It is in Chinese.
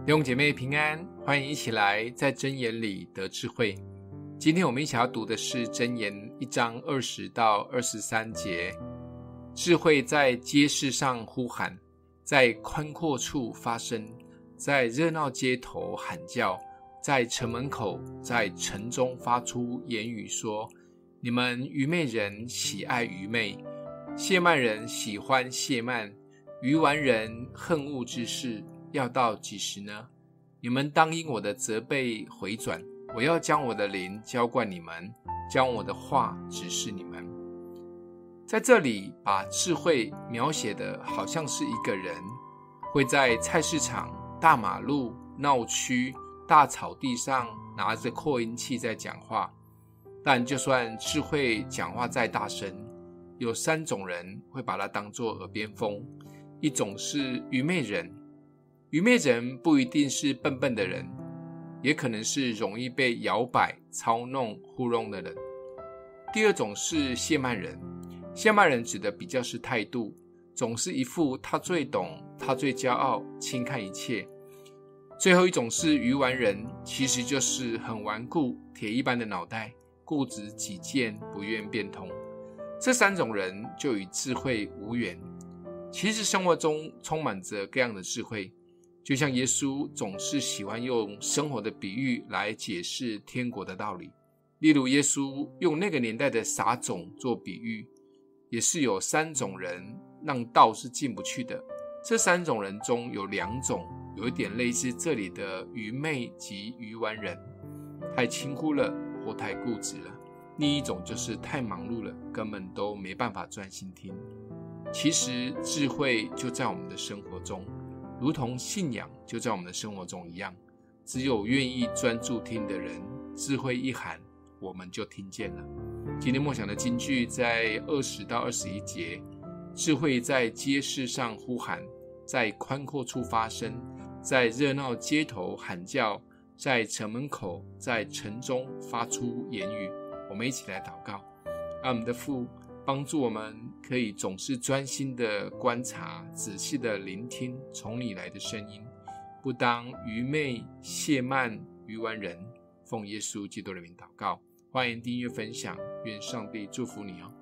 弟兄姐妹平安，欢迎一起来在箴言里得智慧。今天我们一起要读的是箴言1章20到23节。智慧在街市上呼喊，在宽阔处发声，在热闹街头喊叫，在城门口，在城中发出言语说：你们愚昧人喜爱愚昧，亵慢人喜欢亵慢，愚顽人恨恶之事，要到几时呢？你们当因我的责备回转，我要将我的灵浇灌你们，将我的话指示你们。在这里把智慧描写的好像是一个人会在菜市场、大马路、闹区、大草地上拿着扩音器在讲话。但就算智慧讲话再大声，有3种人会把它当作耳边风。一种是愚昧人，愚昧人不一定是笨笨的人，也可能是容易被摇摆、操弄、糊弄的人。第二种是亵慢人，亵慢人指的比较是态度，总是一副他最懂、他最骄傲、轻看一切。最后一种是愚顽人，其实就是很顽固、铁一般的脑袋，固执己见，不愿变通。这3种人就与智慧无缘。其实生活中充满着各样的智慧，就像耶稣总是喜欢用生活的比喻来解释天国的道理。例如耶稣用那个年代的撒种做比喻，也是有3种人让道是进不去的。这3种人中有2种有一点类似这里的愚昧及愚顽人，太轻忽了或太固执了。另一种就是太忙碌了，根本都没办法专心听。其实智慧就在我们的生活中，如同信仰就在我们的生活中一样。只有愿意专注听的人，智慧一喊，我们就听见了。今天默想的金句在20到21节，智慧在街市上呼喊，在宽阔处发声，在热闹街头喊叫，在城门口，在城中发出言语。我们一起来祷告。我们的父，帮助我们可以总是专心的观察，仔细的聆听从你来的声音，不当愚昧、亵慢、愚顽人。奉耶稣基督的名祷告，欢迎订阅分享，愿上帝祝福你哦。